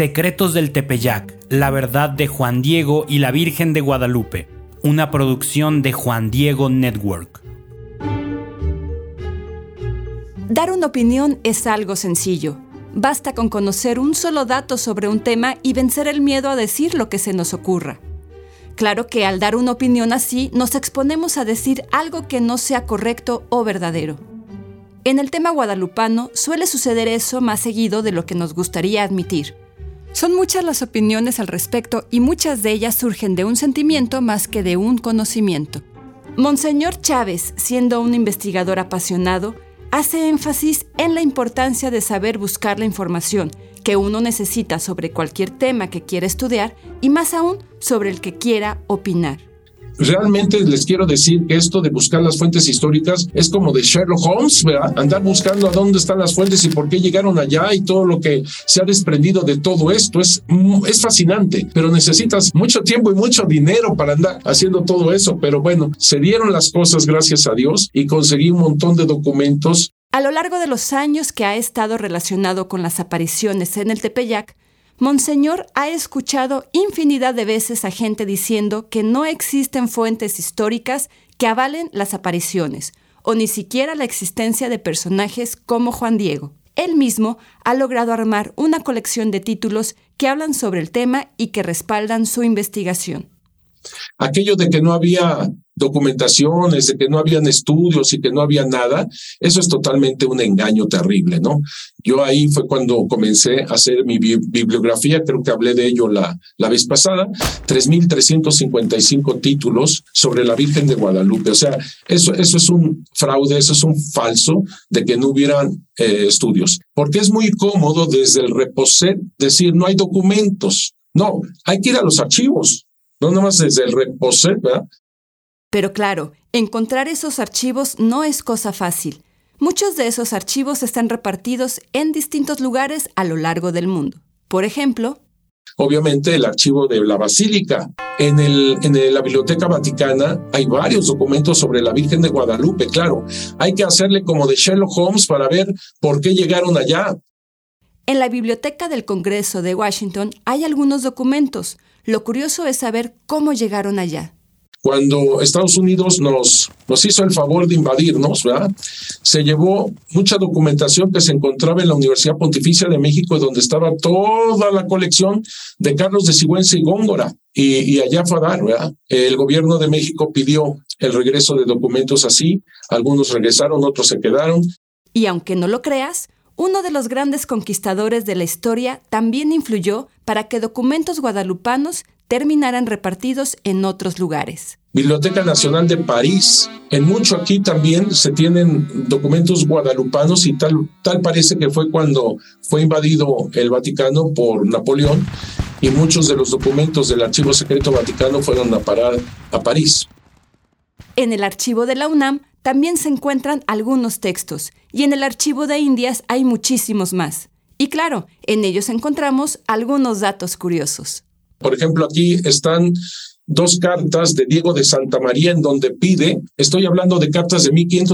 Secretos del Tepeyac, la verdad de Juan Diego y la Virgen de Guadalupe, una producción de Juan Diego Network. Dar una opinión es algo sencillo. Basta con conocer un solo dato sobre un tema y vencer el miedo a decir lo que se nos ocurra. Claro que al dar una opinión así, nos exponemos a decir algo que no sea correcto o verdadero. En el tema guadalupano suele suceder eso más seguido de lo que nos gustaría admitir. Son muchas las opiniones al respecto y muchas de ellas surgen de un sentimiento más que de un conocimiento. Monseñor Chávez, siendo un investigador apasionado, hace énfasis en la importancia de saber buscar la información que uno necesita sobre cualquier tema que quiera estudiar y más aún sobre el que quiera opinar. Realmente les quiero decir que esto de buscar las fuentes históricas es como de Sherlock Holmes, ¿verdad? Andar buscando a dónde están las fuentes y por qué llegaron allá y todo lo que se ha desprendido de todo esto. Es fascinante, pero necesitas mucho tiempo y mucho dinero para andar haciendo todo eso. Pero bueno, se dieron las cosas, gracias a Dios, y conseguí un montón de documentos. A lo largo de los años que ha estado relacionado con las apariciones en el Tepeyac, Monseñor ha escuchado infinidad de veces a gente diciendo que no existen fuentes históricas que avalen las apariciones, o ni siquiera la existencia de personajes como Juan Diego. Él mismo ha logrado armar una colección de títulos que hablan sobre el tema y que respaldan su investigación. Aquello de que no había documentaciones, de que no habían estudios y que no había nada, eso es totalmente un engaño terrible, ¿no? Yo ahí fue cuando comencé a hacer mi bibliografía, creo que hablé de ello la vez pasada, 3,355 títulos sobre la Virgen de Guadalupe. O sea, eso es un fraude, eso es un falso de que no hubieran estudios. Porque es muy cómodo desde el reposet decir no hay documentos. No, hay que ir a los archivos. No nomás desde el reposet, ¿verdad? Pero claro, encontrar esos archivos no es cosa fácil. Muchos de esos archivos están repartidos en distintos lugares a lo largo del mundo. Por ejemplo, obviamente el archivo de la Basílica. En la Biblioteca Vaticana hay varios documentos sobre la Virgen de Guadalupe, claro. Hay que hacerle como de Sherlock Holmes para ver por qué llegaron allá. En la Biblioteca del Congreso de Washington hay algunos documentos. Lo curioso es saber cómo llegaron allá. Cuando Estados Unidos nos hizo el favor de invadirnos, ¿verdad? Se llevó mucha documentación que se encontraba en la Universidad Pontificia de México, donde estaba toda la colección de Carlos de Sigüenza y Góngora. Y allá fue a dar, ¿verdad? El gobierno de México pidió el regreso de documentos así. Algunos regresaron, otros se quedaron. Y aunque no lo creas, uno de los grandes conquistadores de la historia también influyó para que documentos guadalupanos terminaran repartidos en otros lugares. Biblioteca Nacional de París. En mucho aquí también se tienen documentos guadalupanos y tal parece que fue cuando fue invadido el Vaticano por Napoleón y muchos de los documentos del Archivo Secreto Vaticano fueron a parar a París. En el archivo de la UNAM también se encuentran algunos textos y en el archivo de Indias hay muchísimos más. Y claro, en ellos encontramos algunos datos curiosos. Por ejemplo, aquí están 2 cartas de Diego de Santa María en donde pide, estoy hablando de cartas de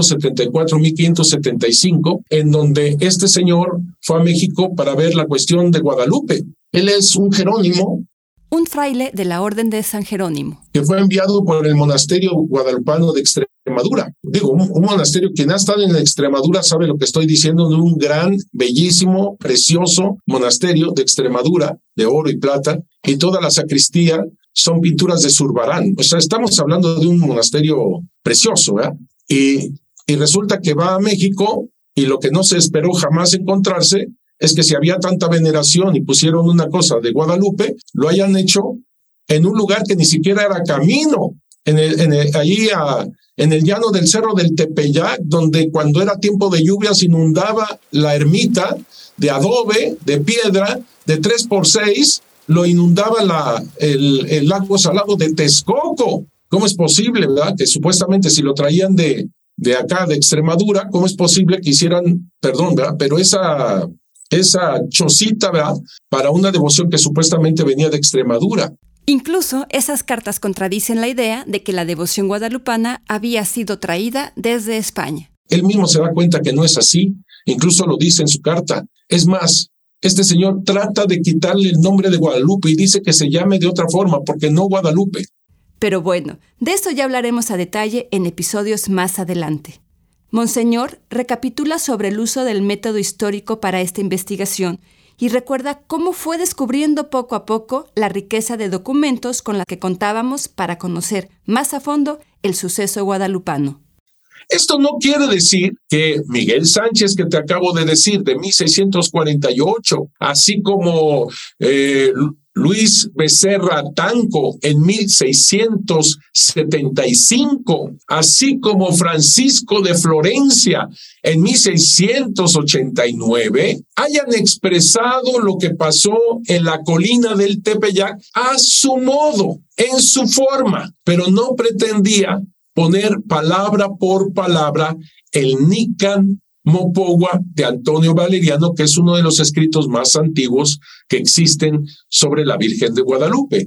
1574-1575, en donde este señor fue a México para ver la cuestión de Guadalupe. Él es un jerónimo. Un fraile de la Orden de San Jerónimo. Que fue enviado por el monasterio guadalupano de Extremadura. Digo, un monasterio, quien ha estado en Extremadura sabe lo que estoy diciendo, de un gran, bellísimo, precioso monasterio de Extremadura, de oro y plata, y toda la sacristía son pinturas de Zurbarán. O sea, estamos hablando de un monasterio precioso, ¿verdad? Y resulta que va a México y lo que no se esperó jamás encontrarse es que si había tanta veneración y pusieron una cosa de Guadalupe, lo hayan hecho en un lugar que ni siquiera era camino, en el llano del Cerro del Tepeyac, donde cuando era tiempo de lluvias inundaba la ermita de adobe, de piedra, de 3x6, lo inundaba el lago salado de Texcoco. ¿Cómo es posible, verdad? Que supuestamente si lo traían de acá, de Extremadura, ¿cómo es posible que hicieran, perdón, verdad? Pero esa chocita, ¿verdad? Para una devoción que supuestamente venía de Extremadura. Incluso esas cartas contradicen la idea de que la devoción guadalupana había sido traída desde España. Él mismo se da cuenta que no es así, incluso lo dice en su carta. Es más, Este señor trata de quitarle el nombre de Guadalupe y dice que se llame de otra forma, porque no Guadalupe. Pero bueno, de eso ya hablaremos a detalle en episodios más adelante. Monseñor recapitula sobre el uso del método histórico para esta investigación y recuerda cómo fue descubriendo poco a poco la riqueza de documentos con la que contábamos para conocer más a fondo el suceso guadalupano. Esto no quiere decir que Miguel Sánchez, que te acabo de decir, de 1648, así como Luis Becerra Tanco en 1675, así como Francisco de Florencia en 1689, hayan expresado lo que pasó en la colina del Tepeyac a su modo, en su forma, pero no pretendía poner palabra por palabra el Nican Mopogua de Antonio Valeriano, que es uno de los escritos más antiguos que existen sobre la Virgen de Guadalupe,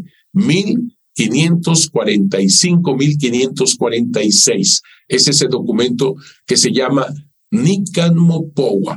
1545-1546. Es ese documento que se llama Nican Mopogua.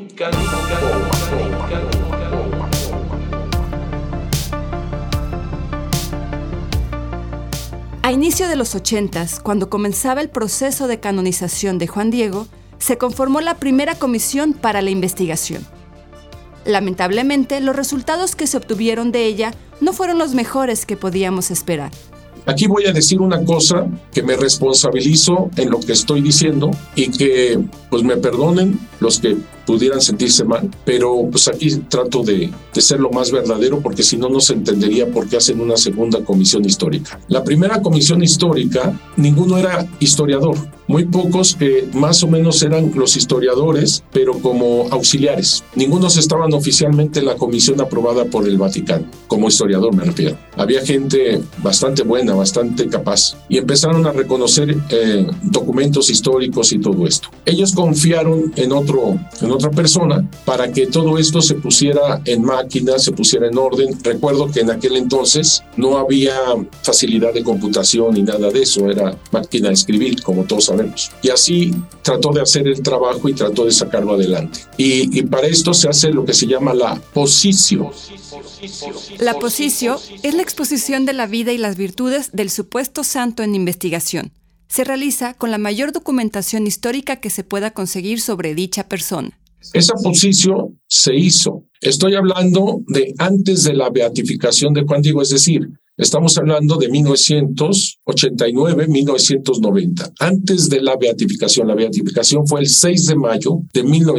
A inicio de los 80s, cuando comenzaba el proceso de canonización de Juan Diego, se conformó la primera comisión para la investigación. Lamentablemente, los resultados que se obtuvieron de ella no fueron los mejores que podíamos esperar. Aquí voy a decir una cosa que me responsabilizo en lo que estoy diciendo y que pues me perdonen los que pudieran sentirse mal, pero pues aquí trato de ser lo más verdadero, porque si no, no se entendería por qué hacen una segunda comisión histórica. La primera comisión histórica, ninguno era historiador, muy pocos que más o menos eran los historiadores, pero como auxiliares. Ningunos estaban oficialmente en la comisión aprobada por el Vaticano, como historiador me refiero. Había gente bastante buena, bastante capaz, y empezaron a reconocer documentos históricos y todo esto. Ellos confiaron en otra persona para que todo esto se pusiera en máquina, se pusiera en orden. Recuerdo que en aquel entonces no había facilidad de computación ni nada de eso, era máquina de escribir, como todos sabemos. Y así trató de hacer el trabajo y trató de sacarlo adelante. Y para esto se hace lo que se llama la positio. La positio es la exposición de la vida y las virtudes del supuesto santo en investigación. Se realiza con la mayor documentación histórica que se pueda conseguir sobre dicha persona. Esa positio se hizo. Estoy hablando de antes de la beatificación de Juan Diego, es decir, estamos hablando de 1989, 1990, antes de la beatificación. La beatificación fue el 6 de mayo de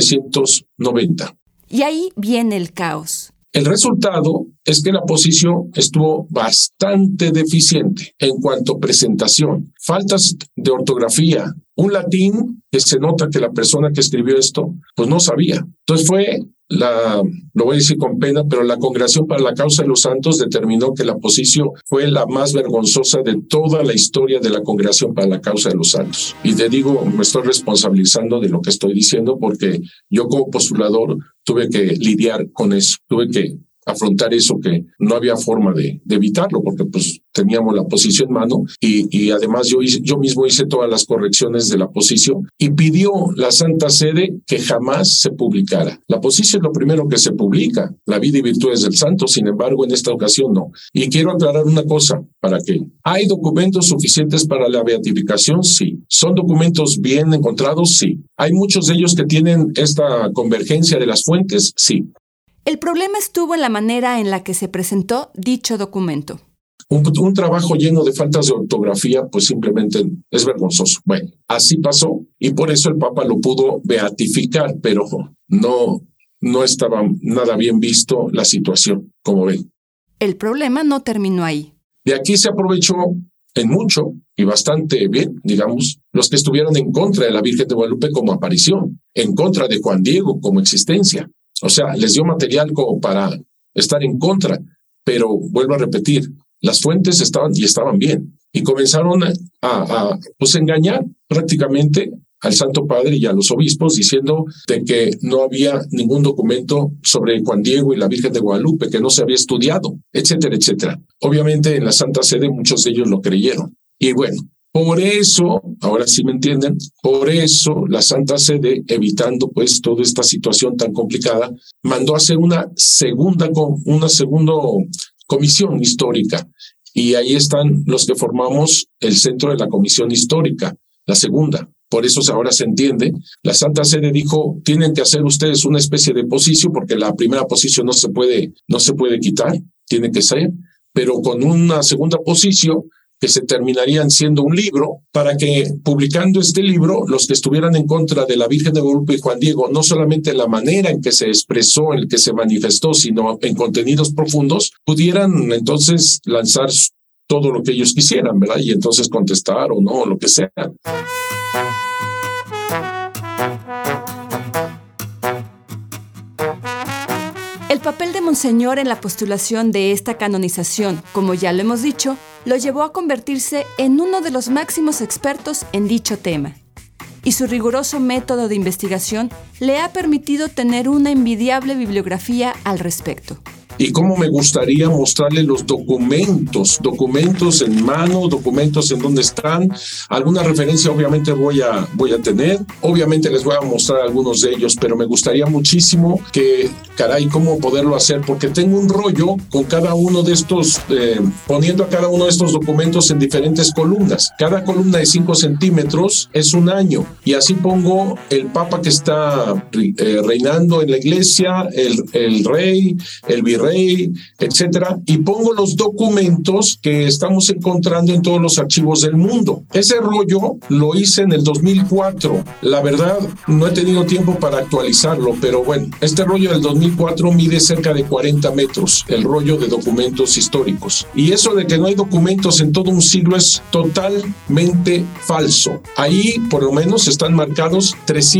1990. Y ahí viene el caos. El resultado es que la positio estuvo bastante deficiente en cuanto a presentación. Faltas de ortografía, un latín que se nota que la persona que escribió esto pues no sabía. Entonces fue lo voy a decir con pena, pero la Congregación para la Causa de los Santos determinó que la positio fue la más vergonzosa de toda la historia de la Congregación para la Causa de los Santos. Y te digo, me estoy responsabilizando de lo que estoy diciendo, porque yo como postulador tuve que lidiar con eso, tuve que afrontar eso, que no había forma de evitarlo, porque pues teníamos la positio en mano y además yo mismo hice todas las correcciones de la positio y pidió la Santa Sede que jamás se publicara. La positio es lo primero que se publica, la vida y virtudes del santo, sin embargo en esta ocasión no. Y quiero aclarar una cosa, ¿para qué? ¿Hay documentos suficientes para la beatificación? Sí. ¿Son documentos bien encontrados? Sí. ¿Hay muchos de ellos que tienen esta convergencia de las fuentes? Sí. El problema estuvo en la manera en la que se presentó dicho documento. Un trabajo lleno de faltas de ortografía, pues simplemente es vergonzoso. Bueno, así pasó y por eso el Papa lo pudo beatificar, pero no estaba nada bien visto la situación, como ven. El problema no terminó ahí. De aquí se aprovechó en mucho y bastante bien, digamos, los que estuvieron en contra de la Virgen de Guadalupe como aparición, en contra de Juan Diego como existencia. O sea, les dio material como para estar en contra, pero vuelvo a repetir, las fuentes estaban bien y comenzaron a engañar prácticamente al Santo Padre y a los obispos diciendo de que no había ningún documento sobre Juan Diego y la Virgen de Guadalupe, que no se había estudiado, etcétera, etcétera. Obviamente en la Santa Sede muchos de ellos lo creyeron. Y bueno, Por eso, ahora sí me entienden, por eso la Santa Sede, evitando pues toda esta situación tan complicada, mandó a hacer una segunda comisión histórica. Y ahí están los que formamos el centro de la comisión histórica, la segunda. Por eso ahora se entiende. La Santa Sede dijo, tienen que hacer ustedes una especie de posición, porque la primera posición no se puede quitar, tiene que ser, pero con una segunda posición que se terminarían siendo un libro, para que publicando este libro, los que estuvieran en contra de la Virgen de Guadalupe y Juan Diego, no solamente la manera en que se expresó, en que se manifestó, sino en contenidos profundos, pudieran entonces lanzar todo lo que ellos quisieran, ¿verdad? Y entonces contestar o no, lo que sea. El papel de Monseñor en la postulación de esta canonización, como ya lo hemos dicho, lo llevó a convertirse en uno de los máximos expertos en dicho tema. Y su riguroso método de investigación le ha permitido tener una envidiable bibliografía al respecto. Y cómo me gustaría mostrarle los documentos en mano, documentos en donde están. Alguna referencia obviamente voy a tener. Obviamente les voy a mostrar algunos de ellos, pero me gustaría muchísimo cómo poderlo hacer, porque tengo un rollo con cada uno de estos, poniendo a cada uno de estos documentos en diferentes columnas. Cada columna de 5 centímetros es un año. Y así pongo el Papa que está reinando en la iglesia, el rey, el virrey, etcétera, y pongo los documentos que estamos encontrando en todos los archivos del mundo. Ese rollo lo hice en el 2004. La verdad, no he tenido tiempo para actualizarlo, pero bueno, este rollo del 2004 mide cerca de 40 metros, el rollo de documentos históricos. Y eso de que no hay documentos en todo un siglo es totalmente falso. Ahí, por lo menos, están marcados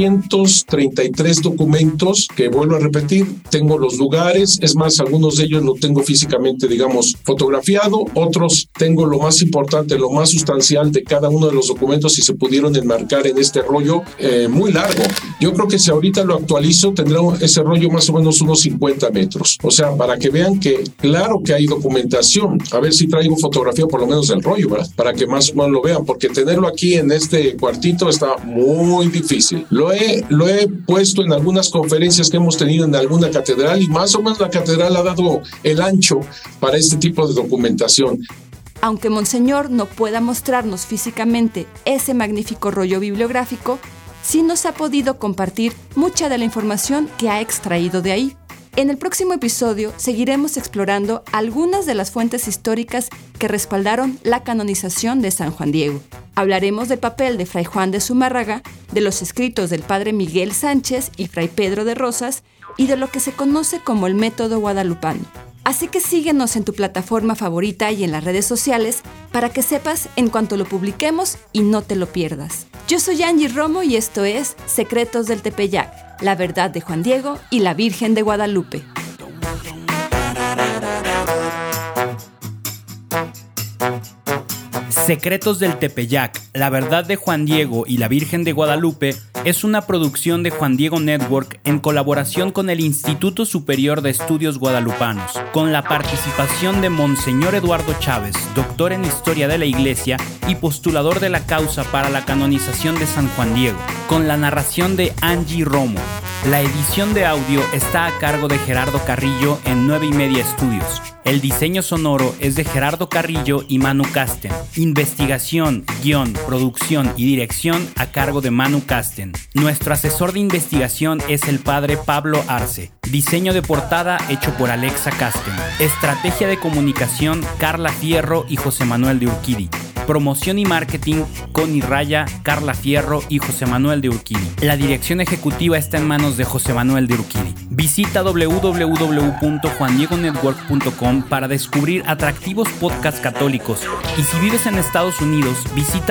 333 documentos que, vuelvo a repetir, tengo los lugares, es más, algunos de ellos lo tengo físicamente, digamos, fotografiado, otros tengo lo más importante, lo más sustancial de cada uno de los documentos y se pudieron enmarcar en este rollo muy largo. Yo creo que si ahorita lo actualizo, tendrá ese rollo más o menos unos 50 metros. O sea, para que vean que claro que hay documentación. A ver si traigo fotografía por lo menos del rollo, ¿verdad? Para que más o menos lo vean, porque tenerlo aquí en este cuartito está muy difícil. Lo he puesto en algunas conferencias que hemos tenido en alguna catedral y más o menos la catedral ha dado el ancho para este tipo de documentación. Aunque Monseñor no pueda mostrarnos físicamente ese magnífico rollo bibliográfico, sí nos ha podido compartir mucha de la información que ha extraído de ahí. En el próximo episodio seguiremos explorando algunas de las fuentes históricas que respaldaron la canonización de San Juan Diego. Hablaremos del papel de Fray Juan de Zumárraga, de los escritos del Padre Miguel Sánchez y Fray Pedro de Rosas, y de lo que se conoce como el método guadalupano. Así que síguenos en tu plataforma favorita y en las redes sociales para que sepas en cuanto lo publiquemos y no te lo pierdas. Yo soy Angie Romo y esto es Secretos del Tepeyac, la verdad de Juan Diego y la Virgen de Guadalupe. Secretos del Tepeyac, la verdad de Juan Diego y la Virgen de Guadalupe es una producción de Juan Diego Network en colaboración con el Instituto Superior de Estudios Guadalupanos, con la participación de Monseñor Eduardo Chávez, doctor en Historia de la Iglesia y postulador de la causa para la canonización de San Juan Diego, con la narración de Angie Romo. La edición de audio está a cargo de Gerardo Carrillo en 9y media Estudios. El diseño sonoro es de Gerardo Carrillo y Manu Casten. Investigación, guión, producción y dirección a cargo de Manu Casten. Nuestro asesor de investigación es el padre Pablo Arce. Diseño de portada hecho por Alexa Casten. Estrategia de comunicación Carla Fierro y José Manuel de Urquidi. Promoción y marketing Connie Raya, Carla Fierro y José Manuel de Urquidi. La dirección ejecutiva está en manos de José Manuel de Urquidi. Visita www.juandiegonetwork.com para descubrir atractivos podcasts católicos. Y si vives en Estados Unidos, visita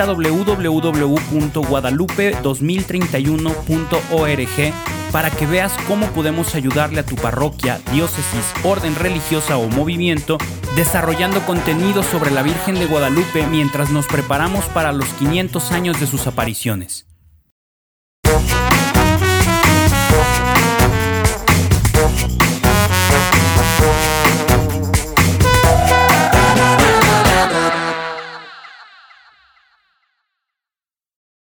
www.guadalupe2031.org para que veas cómo podemos ayudarle a tu parroquia, diócesis, orden religiosa o movimiento desarrollando contenido sobre la Virgen de Guadalupe mientras nos preparamos para los 500 años de sus apariciones.